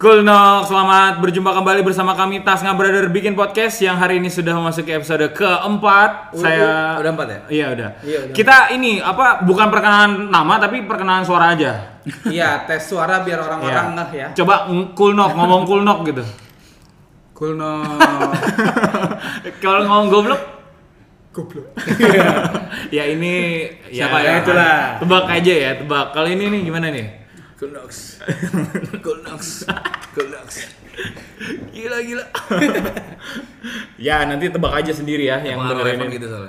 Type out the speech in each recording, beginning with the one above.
Cool Nok, selamat berjumpa kembali bersama kami Tasngah Brother bikin podcast yang hari ini sudah memasuki episode keempat. Udah 4 ya? Iya udah. Kita ini bukan perkenalan nama tapi perkenalan suara aja. Iya, tes suara biar orang-orang ngeh ya. Coba Cool Nok, ngomong Cool Nok gitu. Cool Nok. Kalau ngomong goblok? Goblok. Ya ini Siapa ya? Itulah. Tebak aja ya, tebak. Kali ini nih gimana nih? Kulnox. Gila. Ya nanti tebak aja sendiri ya yang dengerin gitu soalnya.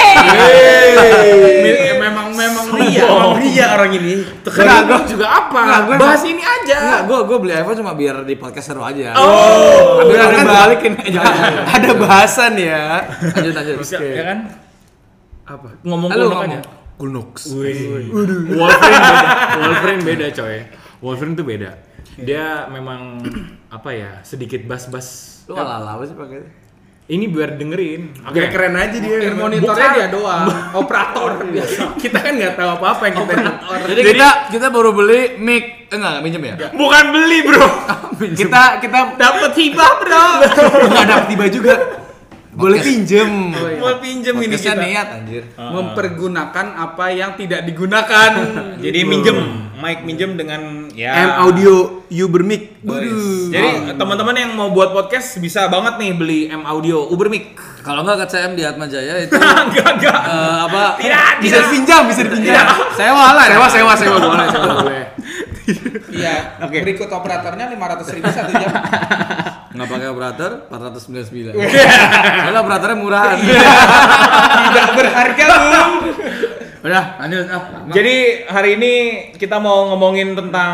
Memang Ria orang ini. Gue juga apa? Bahas ini aja. Gue beli iPhone cuma biar di podcast seru aja. Biar ada balikin aja. Ada bahasan ya. Lanjut. Ya kan? Apa? Ngomong Halo, Cool Nok aja. Kulnox. Wolverine beda coy. Wolverine tuh beda. Dia memang sedikit bas-bas. Lu ala-ala sih pakai. Ini biar dengerin. Oke, keren aja dia. monitornya dia doang, operator biasa. Kita kan nggak tahu apa yang kita. Jadi kita baru beli mic. Enggak minjem ya? Bukan beli, Bro. Kita Dapat hibah, Bro. enggak dapat tiba juga. Boleh pinjem. Mau pinjem ini Podcastnya kita. niat anjir. Mempergunakan apa yang tidak digunakan. Jadi mic minjem dengan M Audio Uber Mic. Jadi teman-teman yang mau buat podcast bisa banget nih beli M Audio Uber Mic. Kalau enggak ke CM di Atma Jaya itu Enggak. bisa dipinjam. Sewa lah. Sewa boleh. Iya. Berikut operatornya 500.000 1 jam. Nggak pakai operator 499. Soalnya operatornya murahan. Tidak berharga, Bung. Udah, lanjut. Jadi hari ini kita mau ngomongin tentang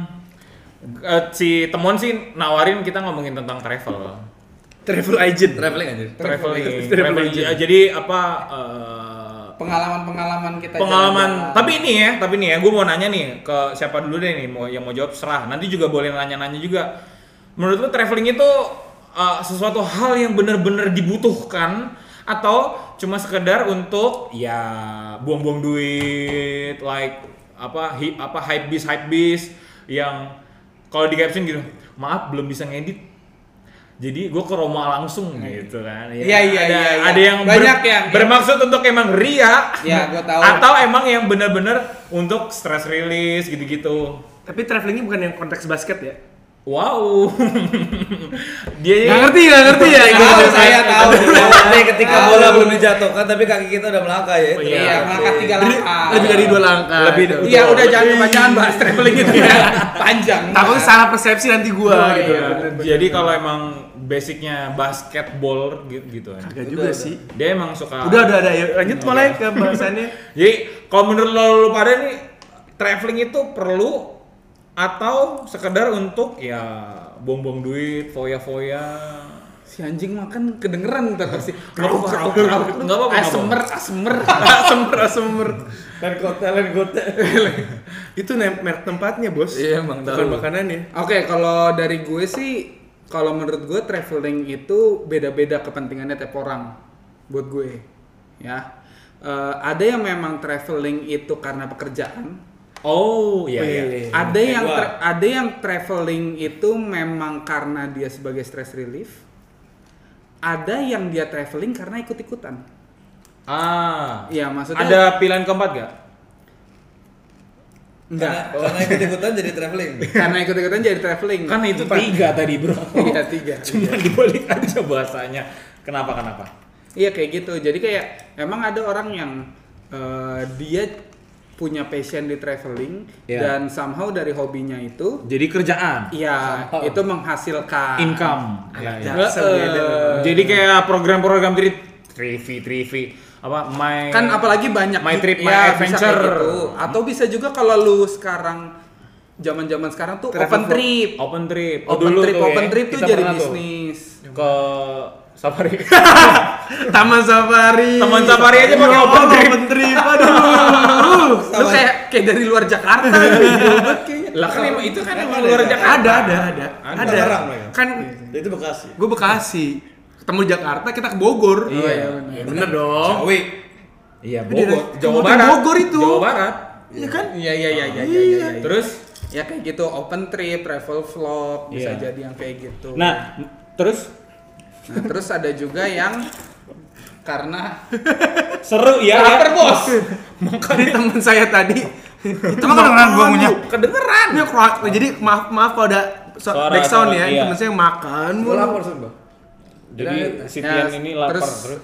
si Temon sih nawarin kita ngomongin tentang travel. Traveling anjir. Traveling. Jadi Pengalaman kita. Tapi ini ya, gue mau nanya nih ke siapa dulu deh nih yang mau jawab serah. Nanti juga boleh nanya-nanya juga. Menurut lo traveling itu sesuatu hal yang benar-benar dibutuhkan atau cuma sekedar untuk ya buang-buang duit, like hype bis yang kalau di caption gitu, maaf belum bisa ngedit, jadi gue ke Roma langsung gitu kan. Iya. Ada yang banyak yang bermaksud untuk emang ria, ya gue tahu, atau emang yang benar-benar untuk stress release gitu-gitu. Tapi travelingnya bukan yang konteks basket ya? Wow. Dia Nggak ngerti ya. Saya tahu. Ketika bola belum dijatuhkan tapi kaki kita udah melangkah ya. Iya, melangkah 3 langkah. Lebih dari 2 langkah. Iya, udah jangan kepanjangan bahas traveling itu ya. Panjang. Takutnya salah persepsi nanti gua gitu. Jadi kalau emang basicnya basketball gitu kan. Agak juga sih. Dia emang suka. Udah. Yuk, lanjut mulai ke bahasannya. Jadi kalau menurut lu pada nih traveling itu perlu atau sekedar untuk ya buang-buang duit, foya-foya. Si anjing makan kedengeran ntar pasti. Enggak apa-apa. Asemer. Lain gote. Itu merek tempatnya, Bos. Iya, emang tahu. Bukan makanannya. Oke, kalau dari gue sih, kalau menurut gue traveling itu beda-beda kepentingannya tiap orang. Buat gue, ya. Ada yang memang traveling itu karena pekerjaan. Oh, iya. Ada yang traveling itu memang karena dia sebagai stress relief. Ada yang dia traveling karena ikut-ikutan. Iya, maksudnya Ada pilihan keempat gak? enggak. Karena ikut-ikutan jadi traveling. Karena ikut-ikutan jadi traveling. Kan itu 3 tadi, Bro. Iya, 3. Cuma dibalik aja bahasanya. Kenapa? Iya, kayak gitu. Jadi kayak emang ada orang yang dia punya passion di traveling dan somehow dari hobinya itu jadi kerjaan. iya itu menghasilkan Income. Jadi Jadi kayak program-program Trivi kan apalagi banyak My Trip, My ya, Adventure. bisa kayak gitu. Atau bisa juga kalau lu sekarang zaman sekarang tuh open trip tuh kita jadi pernah tuh bisnis ke safari. Taman Safari. Taman Safari aja pakai open trip. Aduh. lu kayak dari luar Jakarta gitu kayaknya. Lah kan itu kan emang luar Jakarta. Ada. Kan Itu Bekasi. gue Bekasi. Ketemu Jakarta, kita ke Bogor. Iya, bener dong. Iya, Bogor. Jawa Barat. Bogor itu. Jawa Barat. Iya kan? Iya. Terus Ya kayak gitu, open trip, travel vlog, bisa Iya. jadi yang kayak gitu. Nah, terus Nah, terus ada juga yang karena seru ya. lapar bos. Jadi teman saya tadi itu Emang kedengeran gua ngunyah? Kedengeran. Ini jadi maaf kalau ada Suara back sound ya, iya. teman saya makan Gua mulu. lapar sumpah. Jadi si Ya, Tian ini lapar terus- terus.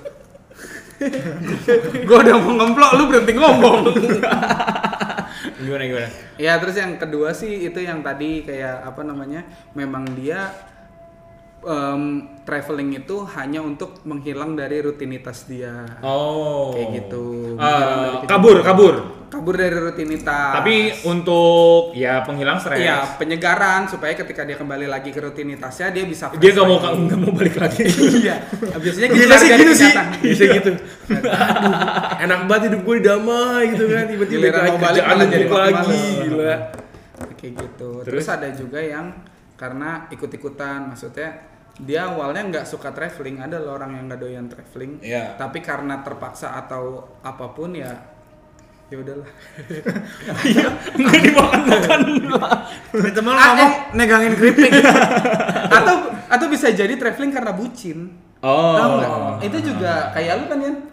Gua udah mau ngemplok, lu berhenti ngomong. Gimana? Ya terus yang kedua sih itu yang tadi kayak apa namanya, memang dia traveling itu hanya untuk menghilang dari rutinitas dia. Oh. Kayak gitu. Menghilang dari Kabur. kabur dari rutinitas. Tapi untuk ya penghilang stres. Iya, penyegaran supaya ketika dia kembali lagi ke rutinitasnya dia bisa Dia fresh nggak mau balik lagi. Iya. Biasanya gitu Biasa sih dari gitu sih. kesehatan. Biasa gitu. Aduh, enak banget hidup gue damai gitu kan, tiba-tiba Giliran mau balik kerjaan malah jadi numpuk makin lagi, males. gila. Kayak gitu. Terus ada juga yang karena ikut-ikutan, maksudnya dia awalnya nggak suka traveling, ada loh orang yang nggak doyan traveling, Iya. tapi karena terpaksa atau apapun ya udahlah. Nggak dimakan. Temen lu ngomong negangin keripik. atau bisa jadi traveling karena bucin. Oh. Tahu nggak? Itu juga kayak lu kan Yan?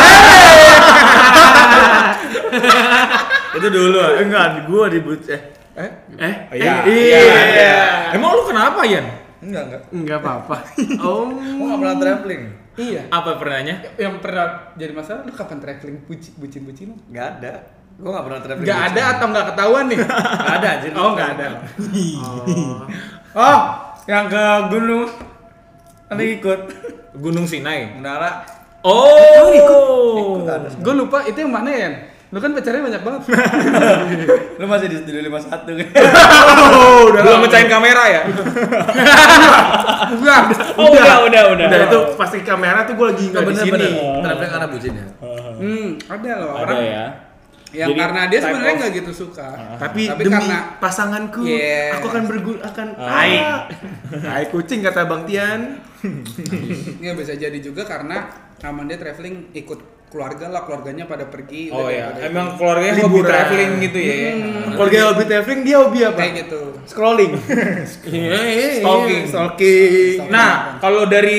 Itu dulu. Enggak, gua ribut Iya. Emang lu kenapa, Yan? Enggak. Enggak apa-apa. Oh. Gua enggak pernah traveling. Iya. Apa pernahnya? Yang pernah jadi masalah lu kapan traveling bucin-bucinan? Enggak ada. Gua enggak pernah traveling. Nggak ada atau nggak ketahuan nih? Enggak ada anjir. Oh, nggak ada. Oh, yang ke gunung. Nanti ikut. Gunung Sinai. Menara. Oh. Gue lupa itu yang mana ya? Lu kan pacarnya banyak banget. Lu masih di studio 51 kan? Belum mecahin kamera ya? Enggak. Oh, udah. Udah itu pasti kamera tuh gue lagi nggak di sini. Bener. Traveling karena bucin ya. Ada loh Ada orang ya. yang Jadi, karena dia type sebenarnya of- nggak gitu suka. Tapi demi karena pasanganku, Yes. aku akan akan Hai. Hai kucing kata Bang Tian. ya bisa jadi juga karena aman dia traveling ikut keluarga lah, keluarganya pada pergi. Oh udah ya, daripada emang keluarganya hobi Liburan. traveling gitu ya. Keluarga hobi traveling, dia hobi itu. apa? Kayak gitu. Scrolling. Iya, Stalking. Stalking. Nah, kalau dari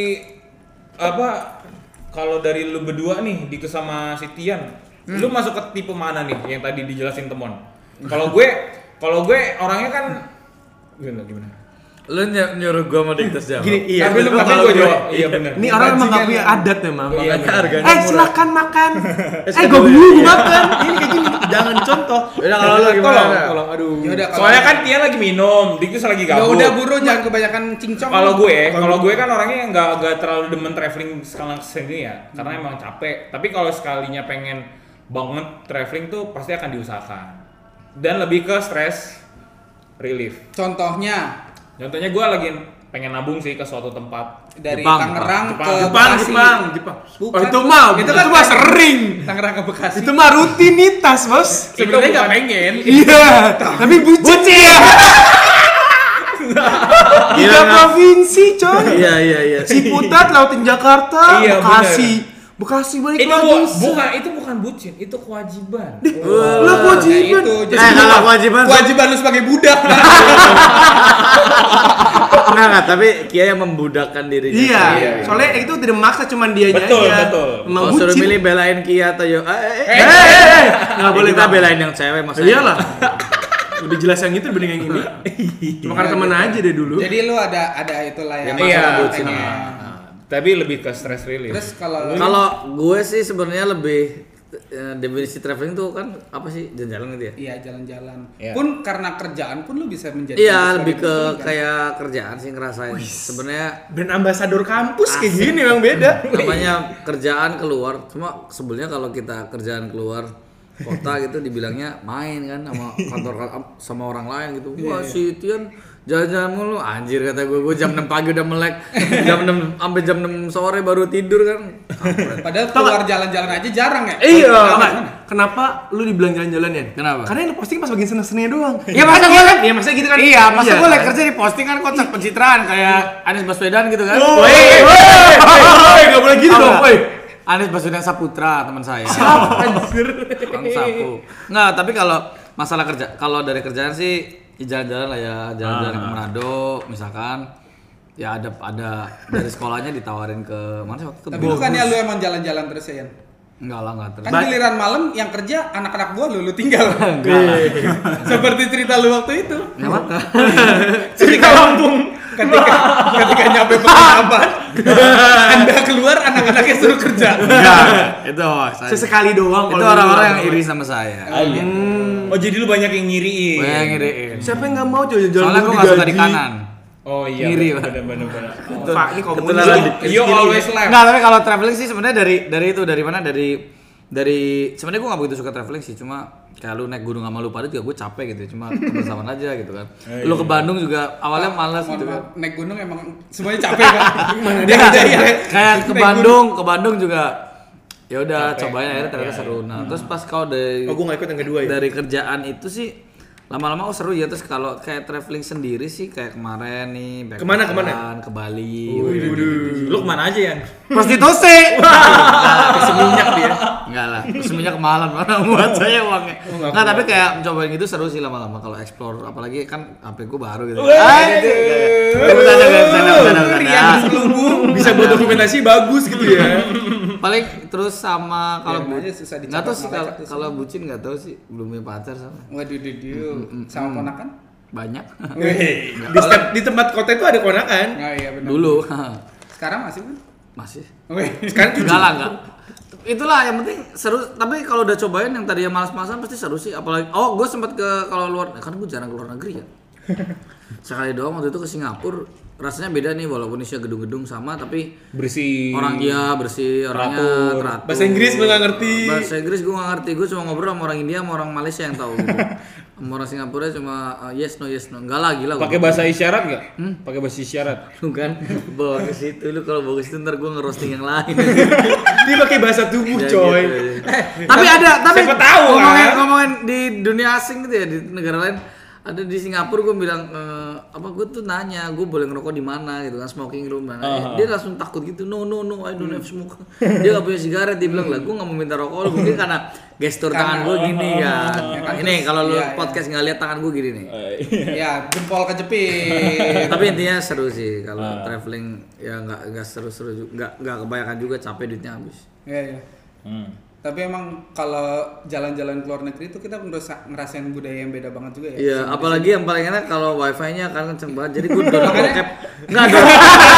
kalau dari lu berdua nih di sama si Tian, lu masuk ke tipe mana nih yang tadi dijelasin Temon? Kalau gue orangnya kan gimana? Lu nyuruh gua mau diktes jawab. Gini, iya. Tapi lu bener. kalau Kalau gue gue- jawab, iya benar. Ini orang emang gak Bajingan punya ya. adat memang. Iya, Makanya bener. harganya murah. Silakan makan. Gue dulu makan. Ini kayak gini. Jangan contoh. Udah kalau lu gimana? Tolong, aduh. Ya udah kalau Soalnya kan Tian lagi minum, Diktus lagi ya gabut. udah buru jangan kebanyakan cincong. Kalau gue kan orangnya nggak terlalu demen traveling sekali sendiri ya, karena emang capek. Tapi kalau sekalinya pengen banget traveling tuh pasti akan diusahakan. Dan lebih ke stress relief. Contohnya Contohnya gue lagi pengen nabung sih ke suatu tempat. dari Jepang, Tangerang ke Jepang. Bekasi. Oh, itu mah kan sering. Tangerang ke Bekasi. Itu mah rutinitas, Bos. sebenarnya nggak bukan- pengen. Iya, tapi bucin ya. Tiga provinsi, coy. Iya. Ciputat, Lautin Jakarta, Iya, Bekasi. Bekasi balik Itu lagi. itu bukan bucin, itu kewajiban. Lah Nah, kewajiban. itu jadi Kalau kewajiban lu sebagai budak. enggak, tapi Kia yang membudakkan dirinya. Iya, Iya. soalnya itu tidak memaksa, cuman dianya Betul, aja. betul. Emang Kalau suruh bucin. milih belain Kia atau Yo, Nggak boleh kita Bang. belain yang cewek maksudnya. Iyalah. Lebih jelas yang itu dibanding yang ini. Cuma karena temen aja deh dulu. Jadi lu ada itulah yang Iya, bucin. Tapi lebih ke stress relief. Terus kalau lu Kalau gue sih sebenarnya lebih definisi traveling tuh kan apa sih, jalan-jalan gitu ya? iya jalan-jalan. Iya. Pun karena kerjaan pun lu bisa menjadi Iya, lebih ke traveling, kan? kayak kerjaan sih ngerasain. Sebenarnya Brand ambasador kampus kayak gini memang beda. namanya kerjaan keluar. Cuma sebelumnya kalau kita kerjaan keluar kota gitu dibilangnya main kan sama kantor sama orang lain gitu. Wah, si Tian jalan-jalan mulu, anjir kata gue jam 6 pagi udah melek, jam 6 sampai jam 6 sore baru tidur kan. Padahal keluar jalan-jalan aja jarang ya. Iya, kenapa lu dibilang jalan-jalan ya? Kenapa? Karena yang lu posting pas bagian seneng-senengnya doang. Iya, masa gue Iya, masa gitu kan? Iya, masa gue kan? kerja di posting kan kocak pencitraan kayak Anies Baswedan gitu kan. Woi, enggak boleh gitu dong, woi. Anies Baswedan Saputra teman saya. Bang Sapu. Nggak, tapi kalau masalah kerja, kalau dari kerjaan sih jalan-jalan lah ya, jalan-jalan ke Manado misalkan. Ya ada dari sekolahnya ditawarin ke mana sih waktu itu? Tapi bukannya lu emang jalan-jalan terus ya? Enggak lah, enggak terus. Kan giliran malam yang kerja anak-anak gua lu tinggal. Enggak. Seperti cerita lu waktu itu. Enggak apa-apa. Cerita Lampung ketika nyampe penginapan Anda keluar anak-anaknya suruh kerja. Enggak, itu Sesekali doang. itu kalau orang-orang yang dulu. iri sama saya. Oh jadi lu banyak yang ngiriin. Gue yang ngiriin. Siapa yang nggak mau jalan-jalan Soalnya dulu gue nggak suka di digaji? kanan. Oh iya. Ngiri, Pak. Bener. Pak, ini komunis. Kebetulan. You always left. Enggak, tapi kalau traveling sih sebenarnya dari mana? Dari sebenarnya gue nggak begitu suka traveling sih, cuma kayak lu naik gunung sama lu pada juga gue capek gitu, cuma kebersamaan aja gitu kan. Lu ke Bandung juga awalnya malas gitu kan. Naik gunung emang semuanya capek kan. Dia kerjain. Kayak ke Bandung juga ya udah cobain akhirnya ternyata seru. Nah, terus pas kau dari Oh, gue nggak ikut yang kedua ya. dari kerjaan itu sih lama-lama seru ya. Terus kalau kayak traveling sendiri sih kayak kemarin nih Kemana? ke Bali. Lu kemana aja Yan? Prostitusi. Kasih minyak dia. Enggak lah, semuanya kemahalan mana buat saya uangnya. Enggak, tapi kayak mencobain gitu seru sih lama-lama kalau explore, apalagi kan HP gue baru gitu. Bisa buat dokumentasi bagus gitu ya. Paling terus sama kalau Biarin aja susah nggak tahu sih dicatat malaikat tuh kalau bucin nggak tahu sih, belum punya pacar sama Waduh, sama ponakan? banyak Di tempat kota itu ada konakan. Oh iya benar. dulu Sekarang masih kan? masih Wih. Sekarang enggak lah enggak. Itulah yang penting seru, tapi kalau udah cobain yang tadi yang malas-malasan pasti seru sih, apalagi gue sempat ke kalau luar, kan gue jarang keluar negeri ya. Sekali doang waktu itu ke Singapura, rasanya beda nih walaupun isinya gedung-gedung sama tapi Bersih. orangnya bersih, orangnya teratur. Bahasa Inggris gue nggak ngerti. Bahasa Inggris gue nggak ngerti, gue cuma ngobrol sama orang India sama orang Malaysia yang tahu gitu. Sama orang Singapura cuma yes no, enggak lah gila. Pakai bahasa isyarat enggak? Pakai bahasa isyarat. lu kan bawa ke situ, lu kalau bawa ke situ ntar gue ngerosting yang lain. Dia pakai bahasa tubuh, Ya coy. gitu, ya. Tapi siapa tahu, ngomongin di dunia asing gitu ya, di negara lain. Ada di Singapura gue bilang gue tuh nanya gue boleh ngerokok di mana gitu kan, smoking room mana. Dia langsung takut gitu, no I don't have smoke. Dia gak punya sigaret, dia bilang lah gue gak mau minta rokok lu, mungkin karena gestur tangan gue gini kan. Ini kalau lu podcast nggak lihat tangan gue gini nih. Ya, jempol kejepit. Tapi intinya seru sih kalau traveling ya, nggak seru-seru juga, nggak kebanyakan juga, capek duitnya habis. Iya. Tapi emang kalau jalan-jalan ke luar negeri itu kita ngerasain budaya yang beda banget juga ya. Iya, apalagi yang paling enak kalau wifi-nya kan kenceng banget. Jadi gue download bokep. Enggak dong.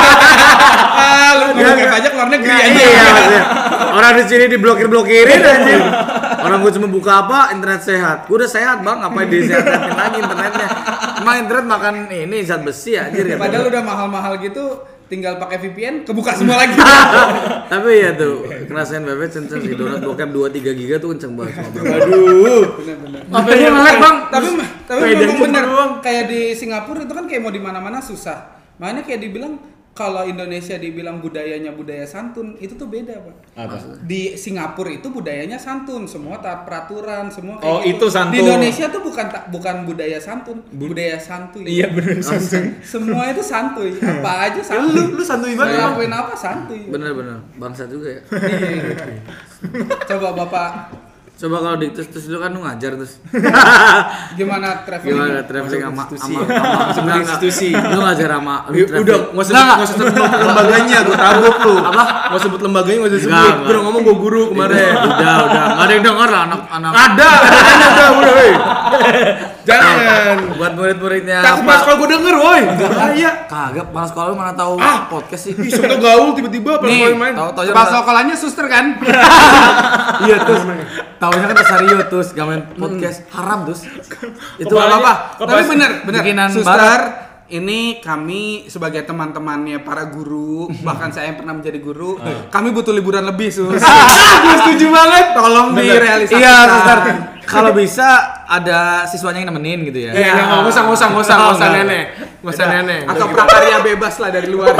Lu bokep aja ke luar negeri aja. Iya, maksudnya. Orang di sini diblokir-blokirin anjir. Orang gue cuma buka apa, internet sehat. Gue udah sehat, Bang, ngapain disehatin lagi internetnya? Emang internet makan ini zat besi anjir ya. Padahal udah mahal-mahal gitu, tinggal pakai VPN kebuka semua lagi. Tapi ya tuh, ngerasain bebek kenceng sih. Download bokep 2-3 giga tuh kenceng banget. Aduh. Bener-bener. Apa yang ngelag, Bang? Tapi memang bener kayak di Singapura itu kan kayak mau di mana-mana susah. Makanya kayak dibilang kalau Indonesia dibilang budayanya budaya santun, itu tuh beda, Pak. Apa? Di Singapura itu budayanya santun, semua taat peraturan, semua kayak Oh, gitu. itu santun. Di Indonesia tuh bukan budaya santun, budaya santuy. Iya bener santuy. Semua itu santuy. Apa aja santuy. Lu santuy banget. Ngelakuin apa santuy. Bener-bener, bangsa juga ya. Iya. Coba Bapak Coba kalau diktus dulu kan lu ngajar terus. gimana traveling? Gimana traveling sama institusi. Lu ngajar sama Udah, nggak usah sebut lembaganya, gue tabuk lu. Apa? Nggak sebut lembaganya, nggak usah sebut. Nggak. Gue udah ngomong gue guru kemarin. Udah, nggak ada yang denger lah anak-anak. Ada udah, woi. Jangan. Buat murid-muridnya Tak pas kalau gue denger, woi. Bahaya. Kagak, kepala sekolah lu mana tahu podcast sih. Ih, siapa gaul tiba-tiba pas Nih, main. tahu Kepala sekolahnya suster kan? Iya terus. Taunya kan Sario terus gak main podcast haram terus. Itu Kepalanya- apa? Tapi benar Bikinan suster barat. ini kami sebagai teman-temannya para guru, bahkan saya yang pernah menjadi guru, kami butuh liburan lebih, Sus. Gue setuju banget. Tolong direalisasikan. Iya, suster. Kalau bisa ada siswanya yang nemenin gitu ya. Nggak usah nenek. Nggak usah nenek. Atau prakarya bebas lah dari luar.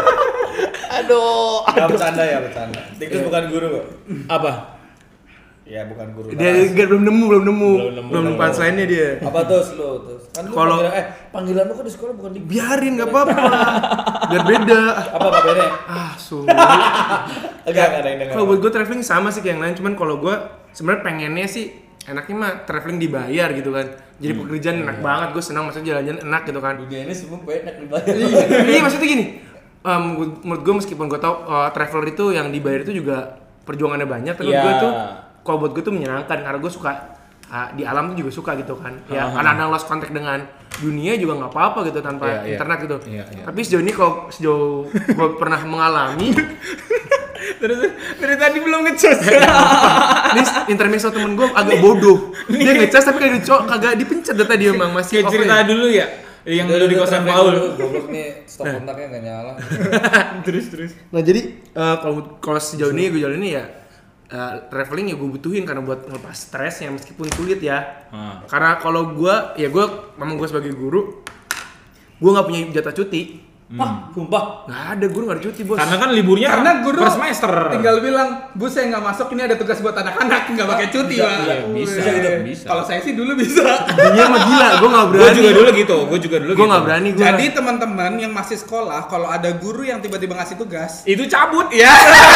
Gak bercanda ya, bercanda. Tikus bukan guru kok. Apa? Ya bukan guru. Dia belum nemu. Belum Belum punchline-nya dia. Apa terus lu terus? Kan lu Kalau- panggilan lu kan di sekolah bukan di Biarin nggak apa-apa. Biar beda. apa bedanya? Sulit. Enggak ada yang dengar. Kalau buat gue traveling sama sih kayak yang lain, cuman kalau gue sebenarnya pengennya sih enaknya mah traveling dibayar gitu kan. Jadi pekerjaan enak banget, gue senang maksudnya jalan-jalan enak gitu kan. Dunia ini semua enak dibayar. Iya maksudnya gini, menurut gue meskipun gue tau traveler itu yang dibayar itu juga perjuangannya banyak, tapi gue tuh kalau buat gue tuh menyenangkan karena gue suka di alam tuh juga suka gitu kan. Ya kadang-kadang lost contact dengan dunia juga nggak apa-apa gitu tanpa internet gitu. Tapi sejauh ini kalau sejauh gue pernah mengalami Terus dari tadi belum ngecas. Nih intermezzo temen gue agak bodoh. Dia ngecas tapi kagak dipencet dari tadi emang masih Kayak cerita dulu ya, yang dulu di kosan Paul. Goblok nih, stop kontaknya nggak nyala. Terus. Nah jadi kalau sejauh ini gue jalan ini ya traveling ya gue butuhin karena buat ngelepas stres ya meskipun sulit ya. Karena kalau gue memang gue sebagai guru, gue nggak punya jatah cuti. Sumpah. Nggak ada, guru nggak ada cuti bos. Karena kan liburnya Karena guru per semester. tinggal bilang, Bu saya nggak masuk, ini ada tugas buat anak-anak, nggak pakai cuti Pak. Iya, bisa. Kalau saya sih dulu bisa. Dunia mah gila, gue nggak berani. Gue juga dulu gitu. Gue nggak berani. Jadi teman-teman yang masih sekolah, kalau ada guru yang tiba-tiba ngasih tugas, Itu cabut ya.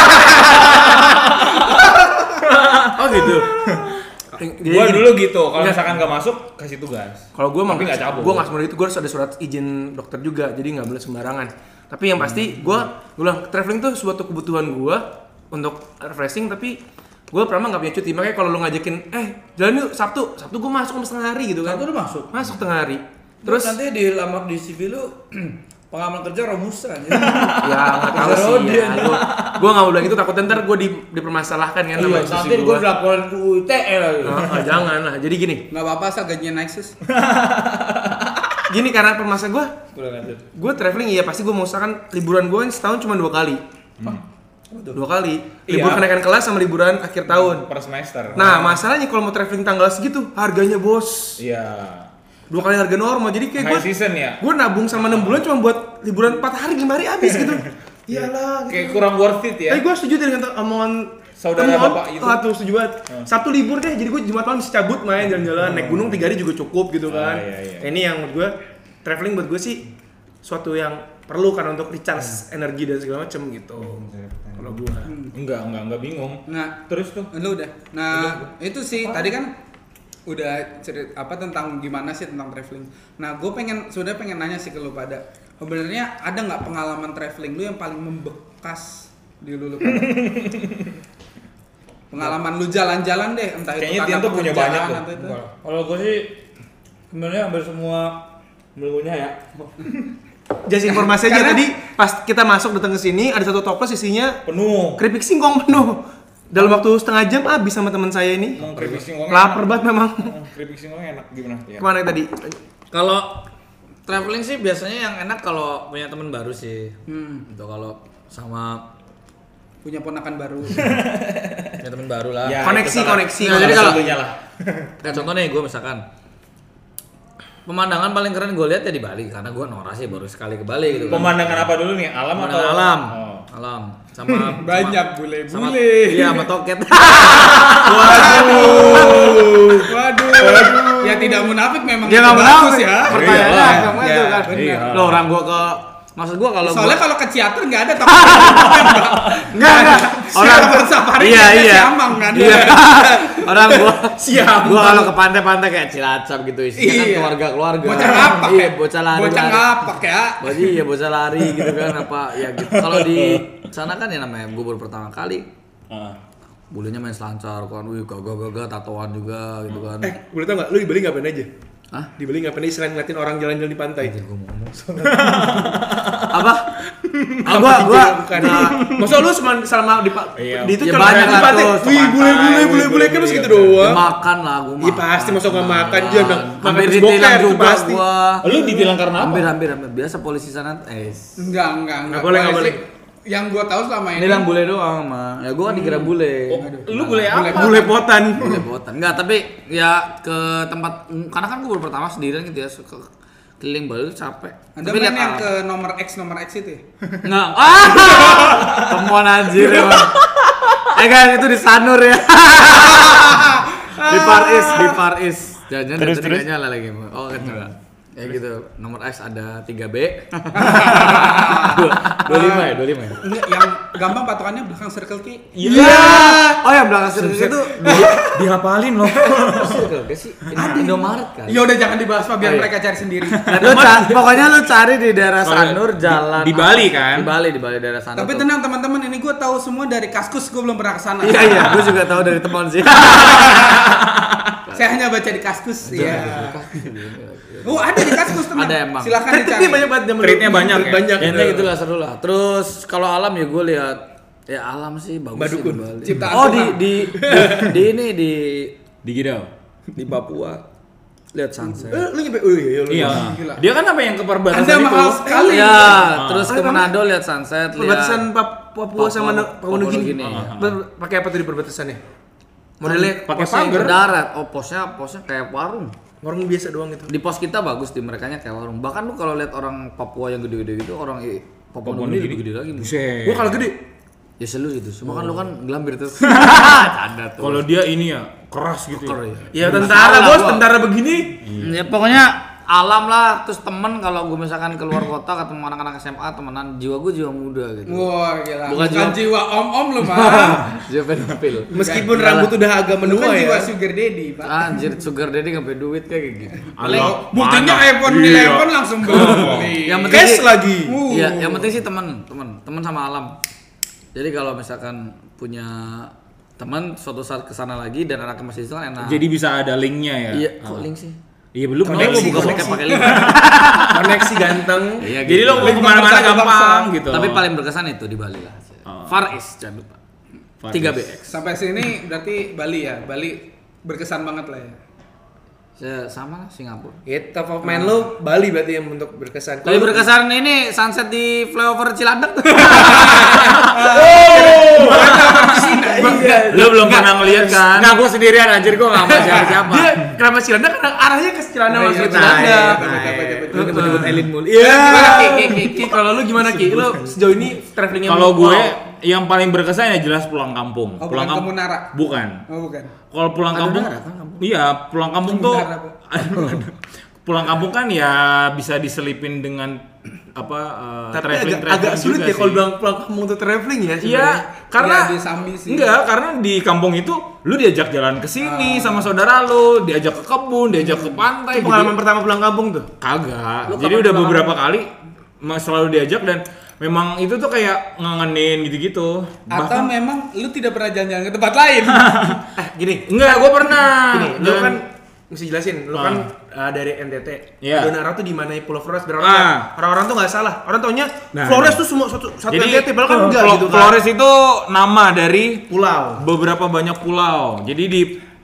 Oh gitu. Gua dulu gitu. Kalau misalkan nggak masuk, kasih tugas. Kalau gue Tapi nggak cabut. gue nggak semudah itu, gue harus ada surat izin dokter juga, jadi nggak boleh sembarangan. Tapi yang pasti gue bilang traveling tuh suatu kebutuhan gue untuk refreshing, tapi gue pernah nggak punya cuti. Makanya kalau lo ngajakin, jalan yuk Sabtu gue masuk setengah hari gitu kan. Sabtu udah masuk? Masuk setengah hari. Terus Terus nanti dilamar di CV lu pengalaman kerja romusa aja. ya nggak tahu sih ya. Gue nggak mau bilang itu, takut ntar gue dipermasalahkan kan sama Nanti sisi gue gue. laporan ke UITE lagi. Jangan lah. Jadi gini, nggak apa-apa asal gajinya naik sus. gini karena permasalahan gue traveling ya pasti gue mau usahakan liburan gue setahun cuma 2 kali. 2 kali. Libur Iya. kenaikan kelas sama liburan akhir tahun. Per semester. Nah masalahnya kalau mau traveling tanggal segitu harganya bos Iya. 2 kali harga normal, jadi kayak High season ya. gue nabung selama 6 bulan cuma buat liburan 4 hari 5 hari habis gitu. Iyalah gitu. Kayak kurang worth it ya. Tapi gue setuju dengan omongan Saudara temuan. bapak itu. Tuh setuju banget. Sabtu libur deh, jadi gue Jumat malam bisa cabut main jalan-jalan, naik gunung 3 hari juga cukup gitu kan. Iya. Ini yang menurut gue traveling buat gue sih suatu yang perlu karena untuk recharge energi dan segala macem gitu. Kalau gue Enggak bingung. Nah, Terus tuh. lu udah. Nah, itu sih tadi kan udah cerita tentang gimana sih tentang traveling. Nah, gue pengen nanya sih ke lu pada. Sebenarnya ada nggak pengalaman traveling lu yang paling membekas di lu pada? Pengalaman lu jalan-jalan deh, entah itu Kayaknya karena Tian tuh punya pekerjaan banyak tuh. atau itu. Kalau gue sih sebenarnya hampir semua minggunya ya. just informasi aja Karena- tadi pas kita masuk datang ke sini ada satu toples isinya Penuh. keripik singkong penuh. Dalam waktu setengah jam habis sama teman saya ini. Keripik singkong. Lapar banget memang. Keripik singkong enak gimana? Ya. Kemana tadi? Kalau traveling sih biasanya yang enak kalau punya teman baru sih. Itu kalau sama Punya ponakan baru. punya teman baru lah. Ya, Koneksi, itu salah- koneksi. salah Jadi kalau- satunya lah. Kayak contoh nih gue misalkan pemandangan paling keren gue lihat ya di Bali karena gue norak sih baru sekali ke Bali gitu kan. Pemandangan apa dulu nih? Alam atau Pemandangan alam. Oh. Alam sama Banyak sama bule-bule. iya sama toket. Waduh. Ya tidak munafik memang. Dia itu nggak bagus menang ya. Pertanyaannya Iyalah. agama itu kan. Iya. Loh orang gua ke Maksud gue kalau Soalnya gua, kalau ke Ciater nggak ada tapi enggak. Orang Siaran safari iya ada iya. Siamang kan. Iya. Orang gua Siamang. gua kalau ke pantai-pantai kayak Cilacap gitu isinya kan Iya. keluarga-keluarga. Bocah ngapak Iya, ya? bocah lari. Bocah ngapak ya. Iya, bocah lari gitu kan apa ya gitu. Kalau di sana kan ya namanya gue baru pertama kali. Bulenya main selancar kan, wih gagah-gagah tatoan juga gitu kan. boleh tau nggak? Lu di Bali ngapain aja? Hah? Di Bali ngapain aja selain ngeliatin orang jalan-jalan di pantai? Gue ngomong. Apa? Gua bukan. Masa lu selama Iya. di itu Ya kalau banyak di lah pantai, tuh, wih sepantai, bule kan wih, segitu bule. Ya, doang. makan lah gue makan. Iya pasti masa nggak makan dia bilang makan Hampir terus ditilang boker itu juga pasti. gua. Lu ditilang karena apa? Hampir biasa polisi sana Enggak. Nggak boleh. Yang gua tahu selama ini. Ini lang bule doang mah. Ya gua dikira bule. Oh, lu boleh apa? Bule potan. Bule botan. Enggak, tapi ya ke tempat karena kan gua baru pertama sendirian gitu ya. Ke keliling Bali tuh capek. Anda Tapi main lihat yang alam. ke nomor X itu ya? Enggak. Temuan anjir emang. Kan itu di Sanur ya. Di Far East. Jangan-jangan Terus. tadi nggak nyala lagi. Oh, kan enggak. Ya gitu. Nomor X ada 3B. 25 ya. Enggak, yang gampang patokannya belakang circle Ki. Iya. Oh ya belakang circle itu Dihafalin loh. Circle K sih. Indomaret kan. Ya udah jangan dibahas Pak, biar mereka cari sendiri. Pokoknya lu cari di daerah Sanur jalan Di Bali kan? Di Bali daerah Sanur. Tapi tenang teman-teman, ini gue tahu semua dari Kaskus, gue belum pernah kesana. Iya, gue juga tahu dari teman sih. Saya hanya baca di Kaskus. Iya. Oh ada di Kaskus teman. Ada emang. Silahkan kan dicari. ini banyak banget zaman Treatnya dulu. banyak ya? Banyak. Ya gitu lah seru lah. Terus kalau alam ya gue lihat ya alam sih bagus sih Badukun. di Bali. Ciptaan Oh Tuhan. di ini Di Gidau. di Papua lihat sunset. Lu nyampe lu. Iya. Gila. Dia kan apa yang ke perbatasan Anda itu? mahal sekali. Ya, terus ke Manado lihat sunset, Perbatasan lihat Papua sama Papua Nugini. ya. Pakai apa tuh di perbatasannya? Modelnya Pakai Posnya pagar. darat. Oh, posnya kayak warung. warung biasa doang gitu. Di pos kita bagus, di merekanya kayak warung. Bahkan lu kalau lihat orang Papua yang gede-gede gitu, orang Papua Nugini lebih gede lagi. Buset. Gua kalau gede. Ya selu itu. Cuma kan lu kan gelambir tuh. Canda tuh. Kalau dia ini ya keras gitu ya. Ya tentara bos, tentara begini. Ya pokoknya alam lah, terus temen kalau gue misalkan keluar kota ketemu anak-anak SMA temenan, jiwa gue jiwa muda gitu. Wah gila. Bukan Bukan jiwa- jiwa om-om lu mah. Jiwa pedofil. Meskipun Iyalah. rambut udah agak menua Bukan jiwa ya. sugar daddy, Pak. Anjir, sugar daddy nggak punya duit kayak gitu. Allah, Buktinya mana? iPhone Iya. nilai iPhone langsung beli. Yang penting Cash sih- lagi. Iya, yang penting sih teman sama alam. Jadi kalau misalkan punya teman suatu saat kesana lagi dan anaknya masih itu kan enak. Jadi bisa ada linknya ya. Iya, kok link sih? Iya belum. Koneksi, mau buka Koneksi box. pakai link. Koneksi ganteng. Iya, Jadi gitu. lo mau kemana-mana gampang gitu. Tapi paling berkesan itu di Bali lah. Far East jangan lupa. Far 3BX. Sampai sini berarti Bali ya. Bali berkesan banget lah ya. Saya sama lah Singapura. Ya, top of mind lo Bali berarti yang untuk berkesan. Tapi berkesan ini sunset di flyover Cilandak. Lo belum pernah ngeliat kan? Nggak, gue sendirian anjir, gue nggak sama siapa. Dia kenapa Cilandak karena arahnya ke Cilandak Iya, maksudnya iya, Cilandak. Lu nyebut-nyebut Elin mulu. Iya. Gimana, Ki, kalau lu gimana Ki? Lu sejauh ini travelingnya Kalau gue yang paling berkesan ya jelas pulang kampung. Oh, bukan ke Munara? Bukan. Oh bukan. Kalau pulang kampung, iya pulang kampung tuh, Munara, Pak. pulang kampung kan ya bisa diselipin dengan apa tapi traveling agak sulit juga ya kalau sih. bilang pulang kampung untuk traveling ya Iya, sebenarnya. karena Iya, di Sambi sih. enggak, karena di kampung itu lu diajak jalan ke sini sama saudara lu, diajak ke kebun, diajak ke pantai. Itu pengalaman pertama pulang kampung tuh. Kagak. Lu Jadi kapan udah pulang beberapa kali selalu diajak dan memang itu tuh kayak ngangenin gitu-gitu. Atau memang lu tidak pernah jalan-jalan ke tempat lain? Gini, Enggak, gue pernah. gini, lu Dan- kan mesti jelasin, lu kan dari NTT. Iya. Adonara tuh di mana Pulau Flores biar Ah. orang-orang tuh nggak salah. Orang taunya Nah, Flores nah. tuh semua satu Jadi NTT padahal kan enggak gitu kan. Flores itu nama dari Pulau. beberapa banyak pulau. Jadi di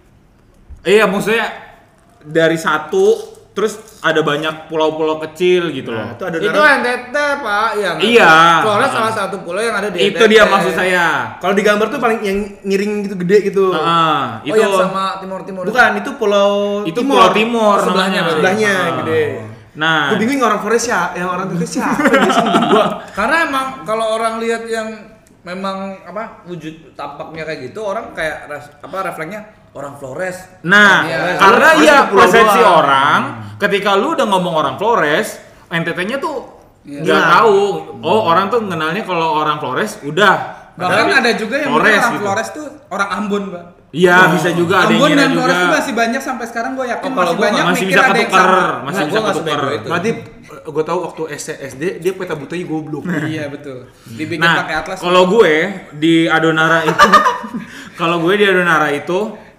iya maksudnya dari satu terus ada banyak pulau-pulau kecil gitu Nah, loh. itu Itu Adonara. NTT Pak, ya. Iya. Flores salah satu pulau yang ada di Itu dia maksud saya. Kalau di gambar tuh paling yang miring gitu gede gitu. Oh, Itu yang sama timur-timur. Bukan, itu Pulau itu Pulau Timur Sebelahnya, namanya. Sebelahnya gede. Nah, Gue bingung orang Flores ya, yang orang Flores ya. Gua Karena emang kalau orang lihat yang memang apa wujud tampaknya kayak gitu, orang kayak refleksnya orang Flores. nah, Iya. karena Flores ya itu pulau persepsi doang. orang ketika lu udah ngomong orang Flores, NTT-nya tuh Iya. nggak Nah. tahu. Oh, orang tuh kenalnya kalau orang Flores udah. Bahkan ada juga yang Flores bilang orang gitu. Flores tuh orang Ambon, Pak. Iya, bisa juga ada yang Ambon ngira dan Flores juga. tuh masih banyak sampai sekarang gue yakin Oh, kalau masih gua banyak masih mikir bisa ada yang ketukar, sama. masih Nah, bisa gua nggak ketukar. sebego itu. berarti gue tahu waktu SD dia peta butanya goblok. Iya betul. Dibikin Nah, pakai atlas. kalau gue di Adonara itu, kalau gue di Adonara itu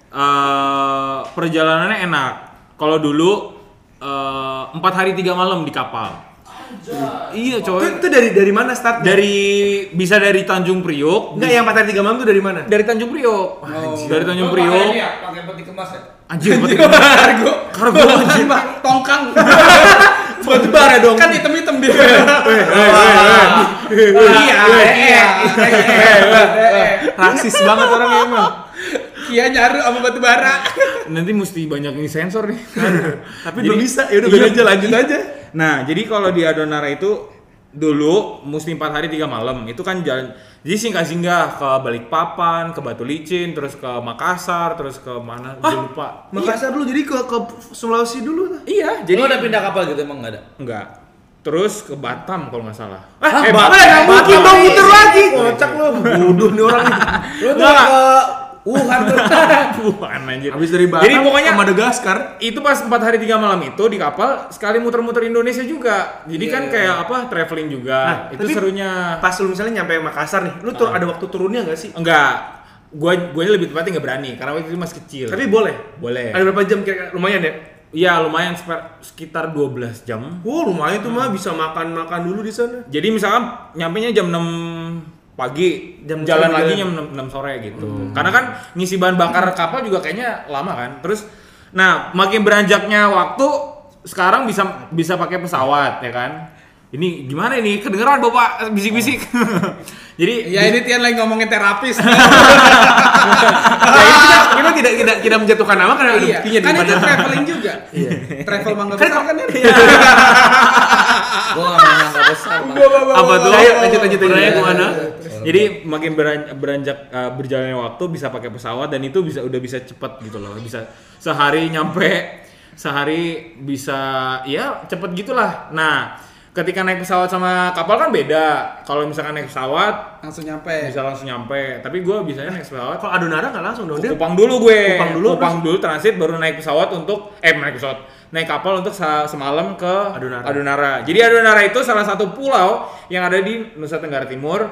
perjalanannya enak. Kalau dulu 4 hari 3 malam di kapal. Iya coy. Itu dari mana start? Bisa dari Tanjung Priok. Enggak, yang 4 hari 3 malam tuh dari mana? Dari Tanjung Priok. Dari Tanjung Priok. pakai peti kemas ya. Anjir, peti kargo anjir. Tongkang. Batu bara dong. Kan hitam-hitam dia. Iya. Rasis banget orangnya emang. Kia nyaru sama batu bara. Nanti mesti banyak yang sensor nih. Tapi belum bisa. Ya udah aja lanjut aja. Nah, jadi kalau di Adonara itu dulu mesti 4 hari 3 malam. Itu kan jalan, jadi singgah-singgah ke Balikpapan, ke Batu Licin, terus ke Makassar, terus ke mana? Gue lupa. Makassar dulu jadi ke Sulawesi dulu. Iya, Jadi jadi ada pindah kapal gitu emang nggak ada? enggak. Terus ke Batam kalau nggak salah. Nggak mungkin dong muter lagi. Kocak lo. Bodoh nih orang. Lu tuh ke Wuhan tuh. Bukan anjir. Habis dari Batam Jadi pokoknya ke Madagaskar. itu pas 4 hari 3 malam itu di kapal sekali muter-muter Indonesia juga. Jadi kan kayak apa traveling juga. Nah, itu tapi serunya. Pas lu misalnya nyampe Makassar nih, lu ada waktu turunnya nggak sih? Enggak. Gue lebih tepatnya nggak berani karena waktu itu masih kecil. Tapi boleh. boleh. Ada berapa jam kira-kira? Lumayan ya? Iya, lumayan sekitar 12 jam. Wow, lumayan tuh mah bisa makan dulu di sana. Jadi misalkan nyampenya jam 6 pagi, Jam jalan sore lagi juga. jam 6 sore gitu. Karena kan ngisi bahan bakar kapal juga kayaknya lama kan. Terus nah, makin beranjaknya waktu sekarang bisa pakai pesawat ya kan. Ini gimana ini? Kedengeran Bapak bisik-bisik. Jadi Ya ini Tian lagi ngomongin terapis. Ya, ini kita tidak menjatuhkan nama karena ada Iya, buktinya kan itu daripada. traveling juga. Travel Mangga Besar kan ya. Gua nggak mau ngangkat besar, Pak. Apa tuh? Ayo lanjut Sebenarnya aja. kemana? Jadi makin beranjak berjalannya waktu bisa pakai pesawat dan itu udah bisa cepat gitu loh. Bisa sehari nyampe, sehari bisa ya cepet gitulah. Nah, ketika naik pesawat sama kapal kan beda. Kalau misalkan naik pesawat Langsung nyampe. bisa langsung nyampe. Tapi gue biasanya naik pesawat Kalau Adonara nggak langsung dong ke dia. Kupang dulu gue. Kupang dulu, transit baru naik pesawat untuk naik kapal untuk semalam ke Adonara. Adonara. Jadi Adonara itu salah satu pulau yang ada di Nusa Tenggara Timur,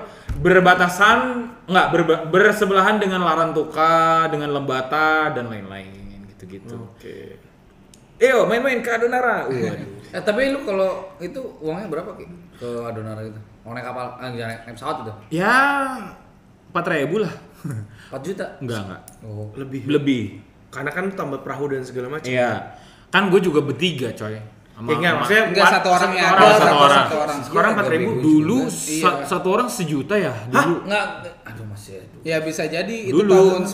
bersebelahan dengan Larantuka, dengan Lembata dan lain-lain gitu-gitu. Oke. Eyo, main-main ke Adonara. Waduh. Tapi lu kalau itu uangnya berapa Ki? Ke Adonara gitu? Mau naik kapal, naik pesawat itu? Ya 4.000 lah. 4 juta? Enggak. Oh. Lebih. Karena kan tambah perahu dan segala macam. Iya. Kan gue juga bertiga, coy. Ya enggak, maksudnya Enggak satu orang ya. satu orang. Satu orang. Sekarang Iya, 4.000 lebih. Dulu Iya. satu orang 1 juta ya dulu. Enggak, aduh masih aduh. Ya bisa jadi itu Dulu. tahun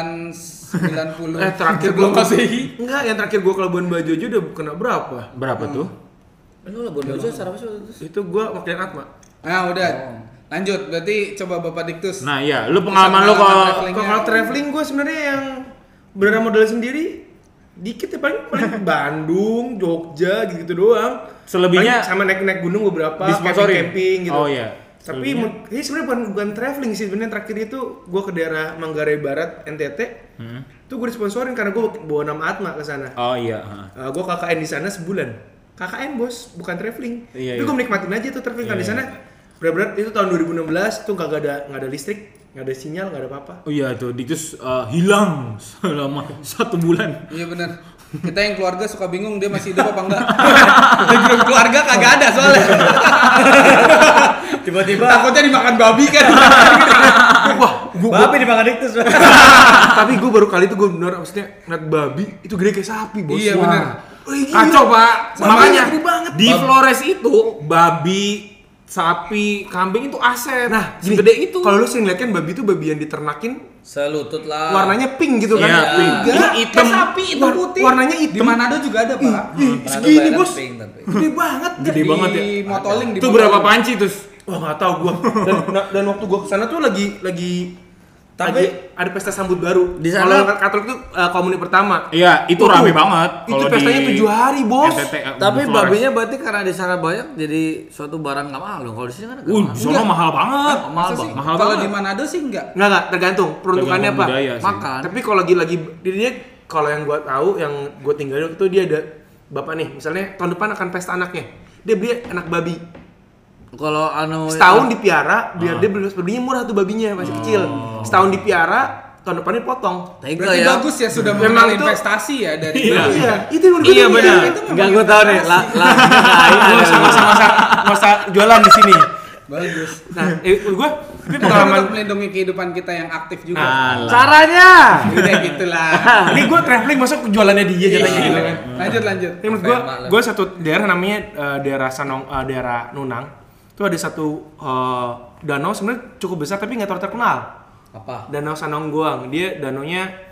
90. terakhir sebelum gua Masehi. Enggak, yang terakhir gua ke Labuan Bajo aja udah kena berapa? Berapa tuh? Lu Labuan Bajo secara apa sih? Itu gua wakilin Atma. Nah, udah. Lanjut, berarti coba Bapak Diktus. Nah, iya, lu pengalaman lu kalau Kalau traveling gua sebenarnya yang beneran modal sendiri dikit ya, paling Bandung, Jogja gitu doang. Selebihnya Paling sama naik gunung beberapa, disponsorin? camping gitu. Oh iya. Tapi ini sebenarnya bukan traveling sih, sebenarnya terakhir itu gue ke daerah Manggarai Barat NTT. Tuh gue disponsorin karena gue bawa nama Atma ke sana. Oh iya. Gue KKN di sana sebulan. KKN bos, bukan traveling. Iya, Tapi iya. gue menikmatin aja tuh traveling kan Iya, di sana. Berat-berat itu tahun 2016 tuh nggak ada listrik, nggak ada sinyal, nggak ada apa-apa. Oh iya tuh Diktus hilang selama 1 bulan. Iya benar. Kita yang keluarga suka bingung dia masih hidup apa enggak. Di grup keluarga kagak ada soalnya. Tiba-tiba Takutnya dimakan babi kan. Wah, babi dimakan Diktus. tapi gue baru kali itu gue bener maksudnya ngeliat babi itu gede kayak sapi bos. Iya, Wah. bener. Wih, gila. Kacau, Pak. Makanya Makanya gede banget. di Flores itu babi, sapi, kambing itu aset. Nah, segede itu. Kalau lu sering lihat kan babi itu babi yang diternakin Selutut lah. warnanya pink gitu kan. Iya, pink. Enggak, Ini hitam. Kayak sapi itu putih. Warnanya Di hitam. Manado juga ada, Pak. Ih, Manado segini banyak bos. pink, tapi. Gede banget. Gede banget ya. Di motoling di Itu motoling. berapa panci tuh? Wah, nggak tahu gua. Dan waktu gua kesana tuh lagi ada pesta sambut baru. Di sana- Kalau Katolik tuh komuni pertama. Iya, itu rame banget. Itu kalau pestanya di 7 hari, bos. NTT, Tapi di Flores. babinya berarti karena di sana banyak jadi suatu barang nggak mahal dong. Kalau di sini kan nggak mahal. di sono mahal banget. Mahal Masa sih? banget. Mahal Kalau banget. di Manado sih enggak. Enggak, tergantung peruntukannya Tergantung apa. budaya sih. Makan. Tapi kalau lagi dia kalau yang gua tahu yang gua tinggalin waktu itu dia ada bapak nih, misalnya tahun depan akan pesta anaknya. Dia beli anak babi. Kalau anu Setahun dipiara biar dia belinya murah tuh babinya masih kecil. Setahun dipiara, tahun depannya potong. Tega Berarti ya. bagus ya sudah Memang mengenal itu- investasi ya dari Iya. babi. Iya, itu yang gua Iya, bilang. benar. Itu memang Enggak gue tahu nih. Nggak usah jualan di sini. Bagus. Nah, gua tapi Pengalaman pengalaman untuk melindungi kehidupan kita yang aktif juga. Alah. Caranya. Udah gitulah. ini gua traveling masuk ke jualannya dia jadinya gitu kan. Lanjut. Ini menurut gua satu daerah namanya daerah daerah Nunang. Itu ada satu danau sebenarnya cukup besar tapi nggak terlalu terkenal. Apa? Danau Sanonggoang. Dia danaunya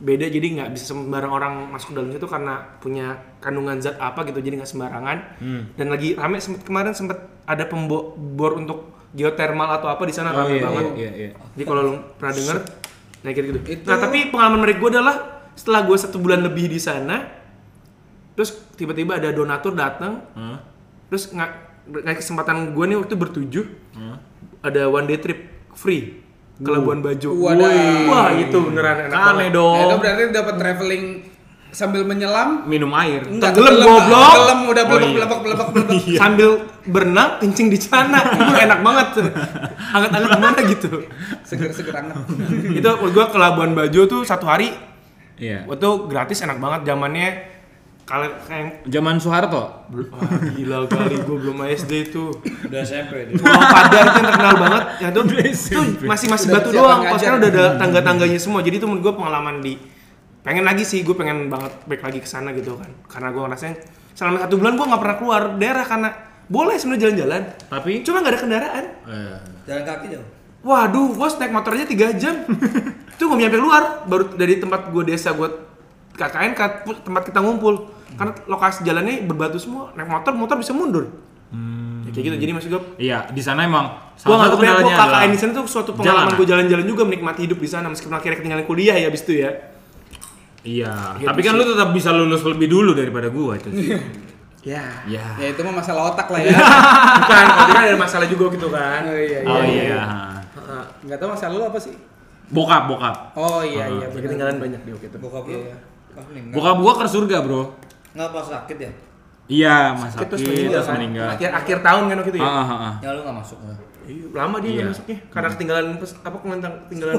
beda, jadi nggak bisa sembarang orang masuk ke dalam situ karena punya kandungan zat apa gitu, jadi nggak sembarangan. Dan lagi rame kemarin sempat ada bor untuk geothermal atau apa di sana, rame banget. Iya. Jadi kalau lu pernah denger, nah gitu. Nah tapi pengalaman menarik gue adalah setelah gue 1 bulan lebih di sana, terus tiba-tiba ada donatur datang, terus nggak kesempatan gue nih waktu bertujuh, ada one day trip free ke Labuan Bajo. Wah itu beneran enak Aneh banget. dong. Nah, itu berarti dapat traveling sambil menyelam. Minum air. Tenggelam goblok. Tenggelam udah belebek. Sambil berenang kencing di sana. Itu enak banget tuh. Hangat-hangat gimana gitu. Seger-seger hangat. Itu gue ke Labuan Bajo tuh 1 hari. Iya. Waktu gratis, enak banget zamannya. Kalau kayak Zaman Soeharto. wah, gila kali, gue belum SD tuh. Udah SMP dia. Pulau Padar itu yang terkenal banget. Ya tuh masih Udah batu siap doang. ngajar. Pas kan udah ada tangga-tangganya semua. Jadi itu menurut gue pengalaman pengen lagi sih, gue pengen banget balik lagi ke sana gitu kan. Karena gue ngerasain selama 1 bulan gue nggak pernah keluar daerah karena boleh sebenarnya jalan-jalan. Tapi Cuma nggak ada kendaraan. Jalan kaki jauh. Waduh, gue naik motor aja 3 jam. Itu gue nyampe keluar, baru dari tempat gue desa gue KKN ke tempat kita ngumpul. Karena lokasi jalannya berbatu semua, naik motor bisa mundur. Ya, kayak gitu. Jadi maksud gue, iya, di sana emang gue nggak satu kebayang gue kendalanya KKN adalah di sana tuh suatu pengalaman jalan. gue jalan-jalan juga, menikmati hidup di sana meskipun akhirnya ketinggalan kuliah ya abis itu ya. Iya, Gitu tapi kan sih. lu tetap bisa lulus lebih dulu daripada gua itu. Ya. Ya. Ya itu mah masalah otak lah ya. Bukan, kalau kan ada masalah juga gitu kan. Oh iya. Oh iya. Enggak tahu masalah lu apa sih? Bokap. Oh iya Ya, benar. ketinggalan banyak dia gitu. Bokap lu. Iya. Ah, meninggal. Bokap gua ke surga, Bro. Nggak pas sakit ya? Iya, mas Terus sakit terus kan? meninggal. Akhir tahun kan waktu itu ya. Ya lu nggak masuk. Iya, lama dia Iya. nggak masuknya karena ketinggalan ketinggalan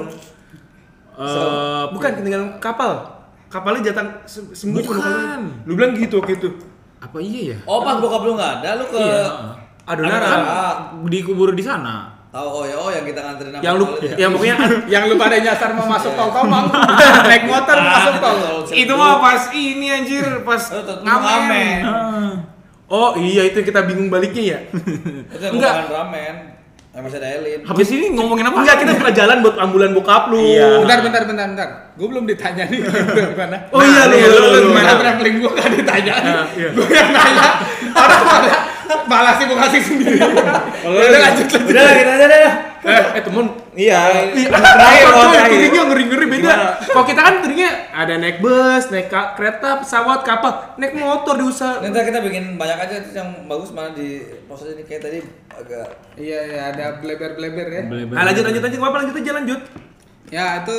bukan ketinggalan kapal. Kapalnya jatah seminggu Bukan. penuh. Lu bilang gitu waktu itu. Apa iya ya? Oh pas bokap lu nggak ada, lu ke Iya. Adonara. Kan dikubur di sana. tahu yang kita nganterin sama Yang lu Khalid ya? yang pokoknya Yang lu pada nyasar mau masuk tol Tomang, naik motor mau masuk tol. itu mah pas ini anjir, pas ngamen. Oh iya itu yang kita bingung baliknya ya. Itu yang Enggak. makan ramen. Yang masih ada Elin. Habis ini ngomongin apa? Enggak, kita pernah jalan buat ambulan bokap lu. Iya. Bentar. Gue belum ditanya nih gimana. Oh iya lu. Gimana traveling gue gak ditanya nih. Iya. Gue yang nanya. Orang malah sibuk kasih sendiri. Udah lanjut. Udah lah kita aja deh. Temen. Iya. Terakhir, touringnya ngeri-ngeri beda. Kalau kita kan touringnya ada naik bus, naik kereta, pesawat, kapal, naik motor diusaha. Nanti kita bikin banyak aja terus yang bagus mana di post aja nih kayak tadi agak Iya ada bleber-bleber ya. Nah, lanjut apa lanjut aja lanjut. Ya itu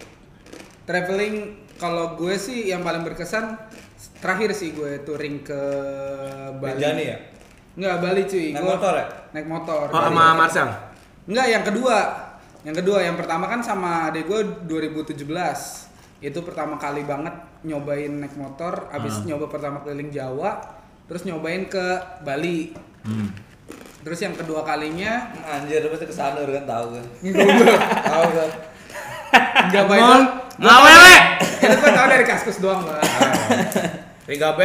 traveling kalau gue sih yang paling berkesan terakhir sih gue touring ke Bali. Rinjani ya? Enggak, Bali cuy. Naik Gua motor ya? Naik motor. Oh, sama Marcel. Enggak, yang kedua. Yang pertama kan sama adek gue 2017. Itu pertama kali banget nyobain naik motor, abis nyoba pertama keliling Jawa, terus nyobain ke Bali. Terus yang kedua kalinya Anjir, lu pasti kesanur kan tahu kan. Tahu kan. enggak Pak itu. Ngawele. Itu gue tau dari Kaskus doang, Pak. 3B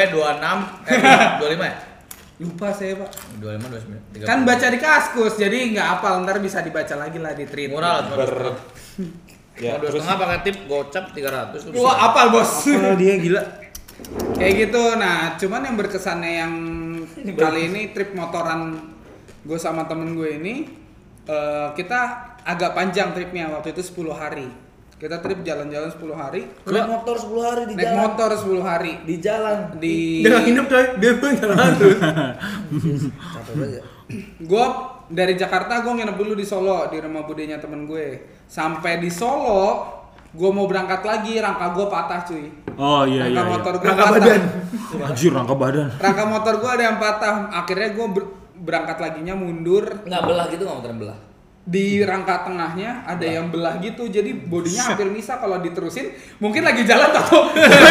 25 ya? Lupa saya, Pak. 25 29. Kan baca di Kaskus, jadi nggak hafal, ntar bisa dibaca lagi lah di tweet. Murah lah, ya, 2,5 pakai tip gocap 300 tuh. Wah, apal, Bos. Dia gila. Kayak gitu. Nah, cuman yang berkesannya yang kali ini trip motoran gue sama temen gue ini kita agak panjang tripnya, waktu itu 10 hari. Kita trip jalan-jalan 10 hari. Naik motor 10 hari di Naik jalan. motor 10 hari Di jalan. di Dia nggak hidup coy, dia pun jalan terus. Capek banget. gue dari Jakarta gue nginep dulu di Solo di rumah budenya temen gue. Sampai di Solo gue mau berangkat lagi, rangka gue patah cuy. Oh iya Rangka iya. motor gue Rangka patah. badan. Anjir, rangka badan. Rangka motor gue ada yang patah. Akhirnya gue berangkat laginya mundur. Nggak belah gitu nggak motor belah. Di rangka tengahnya ada yang belah gitu, jadi bodinya hampir misah. Kalau diterusin mungkin lagi jalan atau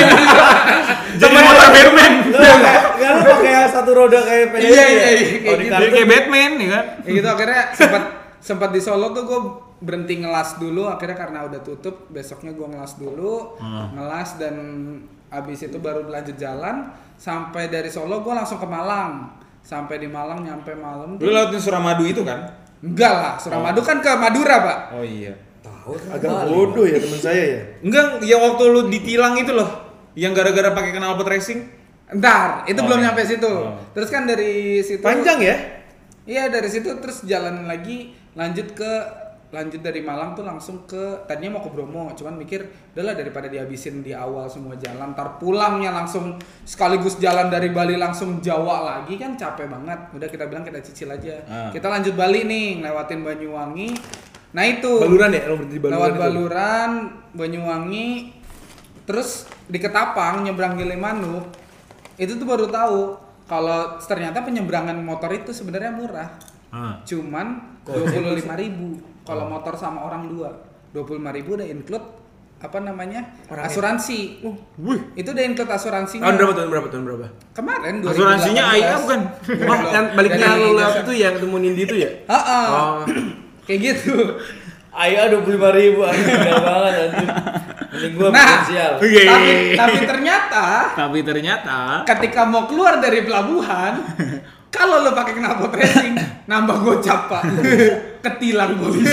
Jadi motor Batman. Enggak lu pakai satu roda kayak PDI. Iya, ya? kayak gitu. Jadi kayak Batman nih kan. Ya gitu akhirnya sempat di Solo tuh gue berhenti ngelas dulu, akhirnya karena udah tutup besoknya gue ngelas dulu, ngelas dan abis itu baru lanjut jalan sampai dari Solo gue langsung ke Malang. Sampai di Malang nyampe malam Lu lewatin Suramadu itu kan? enggak lah, Suramadu kan ke Madura, Pak. Oh iya. Agak bodoh ya teman saya ya. Enggak, yang waktu lu ditilang itu loh. Yang gara-gara pakai knalpot racing. Ntar, itu belum iya. nyampe situ. Terus kan dari situ Panjang ya? Iya, dari situ terus jalan lagi lanjut dari Malang tuh langsung ke tadinya mau ke Bromo, cuman mikir udahlah daripada dihabisin di awal semua jalan, ntar pulangnya langsung sekaligus jalan dari Bali langsung Jawa lagi kan capek banget. Udah kita bilang kita cicil aja. Kita lanjut Bali nih, ngelewatin Banyuwangi. Nah itu Baluran ya? Lo berarti di Baluran. lewat itu? Baluran, Banyuwangi, terus di Ketapang nyebrang Gilimanuk. Itu tuh baru tahu kalau ternyata penyeberangan motor itu sebenarnya murah. Cuman 25.000 kalau motor sama orang dua. 25.000 udah include apa namanya? Orangnya. Asuransi. Wih, Itu udah include asuransinya. Tahun berapa? Kemarin 2018. asuransinya AIA bukan? Oh, yang baliknya Dari lo lewat jasa- itu yang ketemu Nindi itu ya? Heeh. Oh. Kayak gitu. Ayo 25.000 anjing gak banget anjing. Mending gua Nah, potensial. tapi ternyata Tapi ternyata ketika mau keluar dari pelabuhan, kalau lo pakai knalpot racing, nambah gocap pak, ketilang polisi.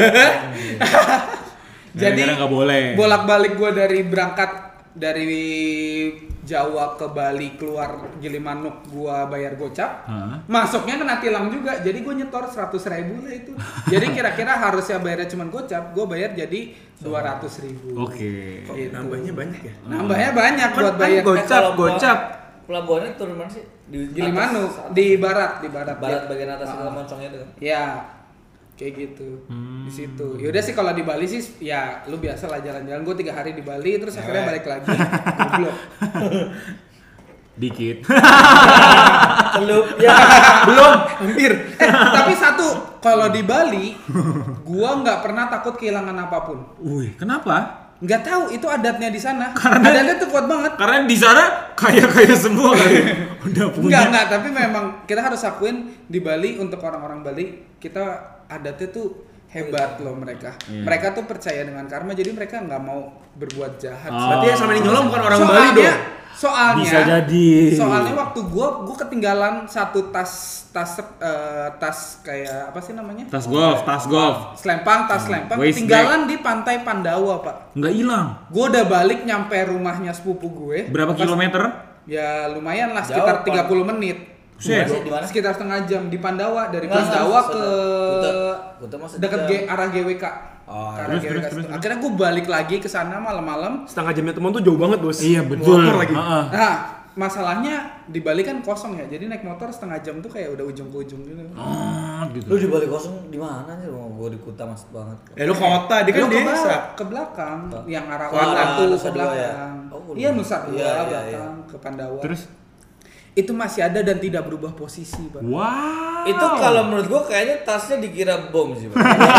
Jadi Gara-gara nggak boleh. bolak-balik gue dari berangkat dari Jawa ke Bali keluar Gilimanuk gue bayar gocap, masuknya kena tilang juga. Jadi gue nyetor 100.000 lah itu. Jadi kira-kira harusnya bayarnya cuma gocap, gue bayar jadi 200.000. Oke. Kok Gitu. nambahnya banyak ya? Nambahnya banyak buat Kan bayar. gocap. Pelabuhannya turun mana sih? Di Gilimanuk atas, di barat barat bagian atas Ah. moncongnya itu. Ya, kayak gitu. Di situ. Yaudah sih kalau di Bali sih ya lu biasa lah jalan-jalan. Gue 3 hari di Bali terus akhirnya balik lagi. Goblok. Dikit. Celup ya. Belum, hampir. Tapi satu, kalau di Bali gua nggak pernah takut kehilangan apapun. Wih, kenapa? Nggak tahu itu adatnya di sana. Karena- Adatnya tuh kuat banget. Karena di sana kaya-kaya semua kali. Udah punya. Enggak, tapi memang kita harus akuin di Bali untuk orang-orang Bali kita adatnya tuh hebat loh mereka. Iya. Mereka tuh percaya dengan karma jadi mereka nggak mau berbuat jahat. Berarti yang sama ini nyolong bukan orang Soalnya- Bali dong. Soalnya Bisa jadi. Soalnya waktu gua ketinggalan satu tas kayak apa sih namanya? Tas golf. Selempang, tas selempang Waist ketinggalan di pantai Pandawa, Pak. Nggak hilang. Gua udah balik nyampe rumahnya sepupu gue. Berapa Pas- kilometer? Ya lumayan lah Jauh, sekitar Pak. 30 menit. Buset. Di mana? Sekitar setengah jam di Pandawa dari Enggak, Pandawa Kuta. ke Kuta mah dekat sejam. arah GWK. Oh, Ke arah GWK situ. Akhirnya gue balik lagi ke sana malam-malam. Setengah jamnya temen tuh jauh banget bos. Iya betul. Motor lagi. Heeh. Nah, masalahnya di Bali kan kosong ya. Jadi naik motor setengah jam tuh kayak udah ujung ke ujung gitu. Gitu. Lu di Bali kosong di mana sih? Gua di Kuta mas banget. Lu kota, dia kan Lu ke desa. bawah, ke belakang, yang arah Oh, arah Wadatu Nusa ke Dua ya? belakang. Oh, Iya Nusa Dua iya, iya, belakang ke Pandawa. Terus? Itu masih ada dan tidak berubah posisi, Pak. Wow. Itu kalau menurut gua kayaknya tasnya dikira bom sih, Bang.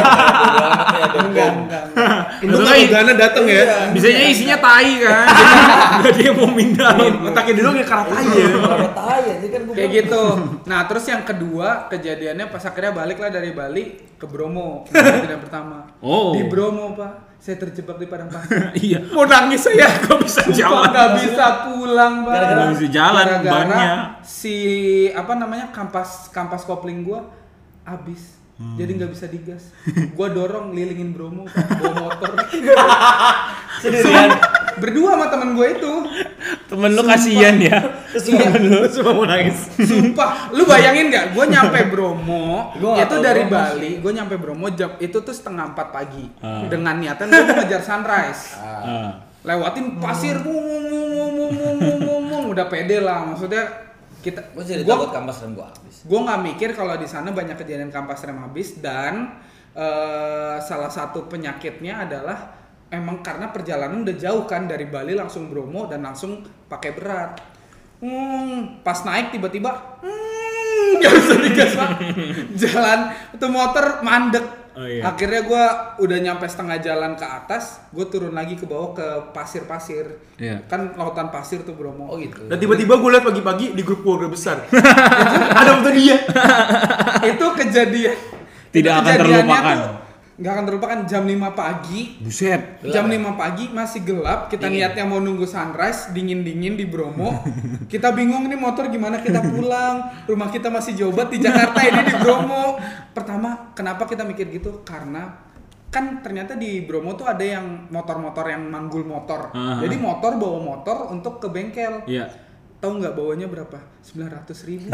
Enggak. Itu Gana dateng ya. Bisanya isinya tai kan. Jadi nggak dia mau mindahin. Otaknya dulu nggak karat aja. Kalau tai aja kan gua Kayak gitu. Nah, terus yang kedua kejadiannya pas akhirnya balik lah dari Bali ke Bromo. Kejadian pertama. Oh. Di Bromo, Pak. Saya terjebak di padang pasir. Iya. Mau nangis saya kok bisa jalan. Nggak bisa pulang, Pak. Gara-gara nggak bisa jalan, Gara-gara bannya. si apa namanya kampas kopling gua habis. Jadi nggak bisa digas. Gua dorong lilingin Bromo, Pak, bawa motor. sendirian. Berdua sama temen gue itu. Temen lu kasihan ya. Iya. Lu cuma mau nangis. Sumpah, lu bayangin nggak? Gue nyampe Bromo, Gua nggak itu tahu dari Bromo Bali. Gue nyampe Bromo jam itu tuh 3:30 pagi, dengan niatan gue mau ngejar sunrise. Lewatin pasir, udah pede lah. Maksudnya kita, Gua jadi gua- takut kampas rem gua habis. gue nggak mikir kalau di sana banyak kejadian kampas rem habis dan salah satu penyakitnya adalah emang karena perjalanan udah jauh kan dari Bali langsung Bromo dan langsung pakai berat. Pas naik tiba-tiba nggak bisa digas Pak. Jalan itu motor mandek. Oh, iya. Akhirnya gue udah nyampe setengah jalan ke atas, gue turun lagi ke bawah ke pasir-pasir. Iya. Kan lautan pasir tuh Bromo. Oh gitu. Dan tiba-tiba gue liat pagi-pagi di grup keluarga besar. Ada foto dia. Itu kejadian. Tidak itu akan kejadiannya terlupakan. tuh nggak akan terlupakan jam 5 pagi. Buset. Jam 5 pagi masih gelap, kita niatnya mau nunggu sunrise, dingin-dingin di Bromo. Kita bingung nih motor gimana kita pulang. Rumah kita masih jauh banget di Jakarta, ini di Bromo. Pertama, kenapa kita mikir gitu? Karena kan ternyata di Bromo tuh ada yang motor-motor yang manggul motor. Jadi motor bawa motor untuk ke bengkel. Iya. Tahu nggak bawanya berapa? 900.000.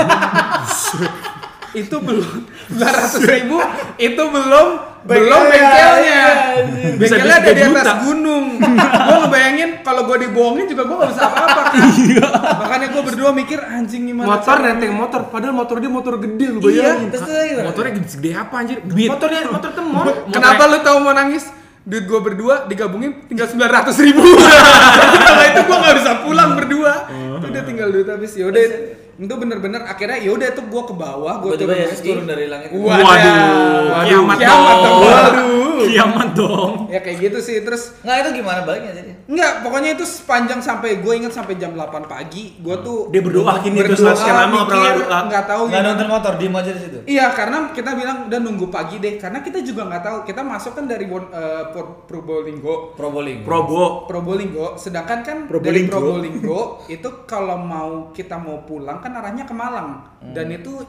Itu belum 900.000 itu belum bengkelnya. Bengkelnya ada di atas gunung. Gue ngebayangin kalau gue dibohongin juga gue nggak bisa apa-apa kan. Makanya gue berdua mikir anjing gimana. Motor nenteng motor, padahal motor dia motor gede lu bayangin. Motornya gede apa anjir? Motornya motor temon. Kenapa lu tahu mau nangis? Duit gue berdua digabungin tinggal 900.000. Jadi kalau itu gue nggak bisa pulang berdua. Itu udah tinggal duit habis. Ya udah itu bener-bener akhirnya ya udah itu gue ke bawah, gue turun dari langit. Waduh, kiamat dong. Kiamat dong. Ya kayak gitu sih. Terus Nggak, itu gimana baliknya jadi? enggak, pokoknya itu sepanjang sampai gue ingat sampai jam 8 pagi gue tuh Dia berdoa gini terus sekian lama nggak pernah berdoa. nggak tahu Nggak gimana. nonton motor, diem aja di situ. Iya, karena kita bilang udah nunggu pagi deh, karena kita juga nggak tahu. Kita masuk kan dari Probolinggo, Probolinggo, sedangkan kan dari Probolinggo itu kalau kita mau pulang kan arahnya ke Malang, dan itu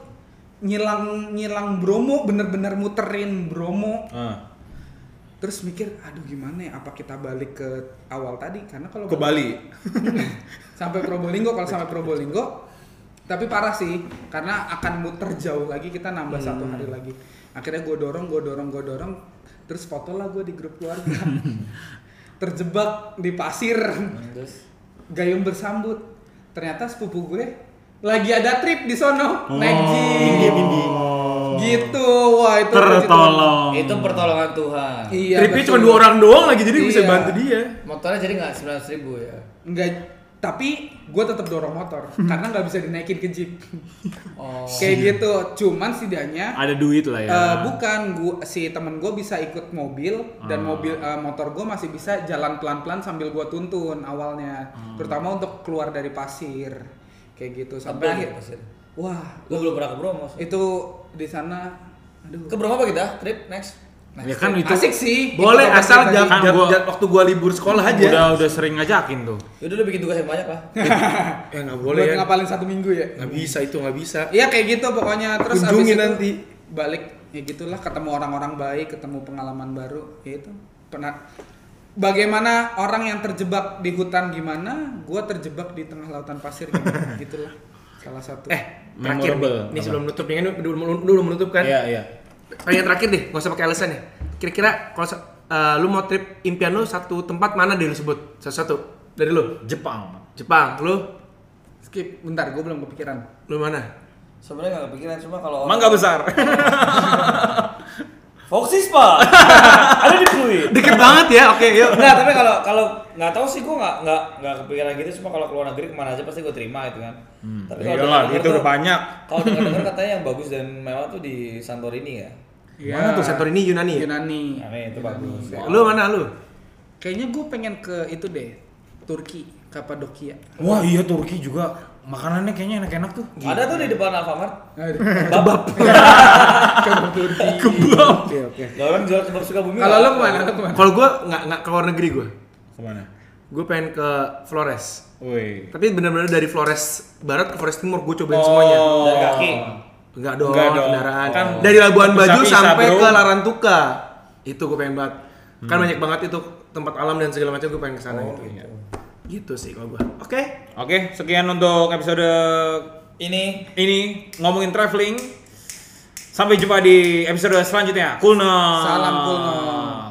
nyilang Bromo, bener-bener muterin Bromo. Terus mikir, aduh gimana ya, apa kita balik ke awal tadi, karena kalau Ke Bali. sampai Probolinggo, kalau sampai Probolinggo tapi parah sih, karena akan muter jauh lagi, kita nambah 1 hari lagi. Akhirnya gue dorong, terus foto lah gue di grup keluarga. Terjebak di pasir, gayung bersambut. Ternyata sepupu gue lagi ada trip di sono, naik jeep. Gitu, wah itu Tertolong. Itu pertolongan Tuhan. Iya. Tripnya betul. cuma 2 orang doang lagi, jadi bisa Iya. bantu dia. Motornya jadi nggak 900.000 ya? Enggak, tapi gue tetap dorong motor karena nggak bisa dinaikin ke jeep. Oh. Kayak gitu. Cuman setidaknya Ada duit lah ya. bukan si temen gue bisa ikut mobil dan motor gue masih bisa jalan pelan-pelan sambil gue tuntun awalnya, terutama untuk keluar dari pasir kayak gitu sampai Tebel akhir. ya pasir. Wah, Gue belum pernah ke Bromo. itu di sana, aduh. Ke Bromo apa kita? Trip next? Ya kan itu Asik sih. Boleh, Itu asal topik Kan gua- waktu gua libur sekolah aja. udah sering ngajakin tuh. Yaudah lu bikin tugas yang banyak lah. Ya nggak tadi. boleh Buat ya. ngapalin 1 minggu ya. Nggak bisa itu, nggak bisa. Iya kayak gitu pokoknya. Terus abis Kunjungi itu nanti. balik ya gitulah, ketemu orang-orang baik, ketemu pengalaman baru, ya itu. Bagaimana orang yang terjebak di hutan gimana, gua terjebak di tengah lautan pasir gimana, gitulah. Salah satu. Terakhir Memorable. nih sebelum nutup, ini kan udah menutup kan? Iya. Pertanyaan terakhir deh, nggak usah pakai alasan ya. Kira-kira kalau lu mau trip impian lu satu tempat mana deh lu sebut? Satu dari lu. Jepang. Jepang, lu Skip, bentar, gue belum kepikiran. lu mana? Sebenarnya nggak kepikiran, cuma kalau Mangga besar. Foxys pak, ada di Fluid. Deket banget ya, oke yuk. Enggak, tapi kalau nggak tahu sih gue nggak kepikiran gitu, cuma kalau keluar negeri kemana aja pasti gue terima gitu kan. Tapi kalau Iyalah, denger itu tuh- udah banyak. Kalau dengar katanya yang bagus dan mewah tuh di Santorini ya. Mana tuh Santorini, Yunani ya? Yunani. Nah, itu bagus. Lu mana lu? Kayaknya gue pengen ke itu deh, Turki, Kapadokia. Wah iya, Turki juga makanannya kayaknya enak-enak tuh. Ada tuh di depan Alfamart. Kebab. Turki. Oke. Gak orang jual kebab Sukabumi. Kalau lo kemana? Lo kemana? Kalau gua nggak ke luar negeri gua. Kemana? Gue pengen ke Flores. Woi. Tapi benar-benar dari Flores Barat ke Flores Timur gue cobain semuanya. Dari kaki. Enggak dong, Enggak dong. kendaraan. Kan Dari Labuan Bajo bisa-bisa, sampai bro. ke Larantuka. Itu gue pengen banget. Kan banyak banget itu tempat alam dan segala macam, gue pengen ke sana gitu. Gitu sih kalau gue. Oke. Oke, sekian untuk episode Ini ini ngomongin traveling. Sampai jumpa di episode selanjutnya. Kulno. Salam Kulno.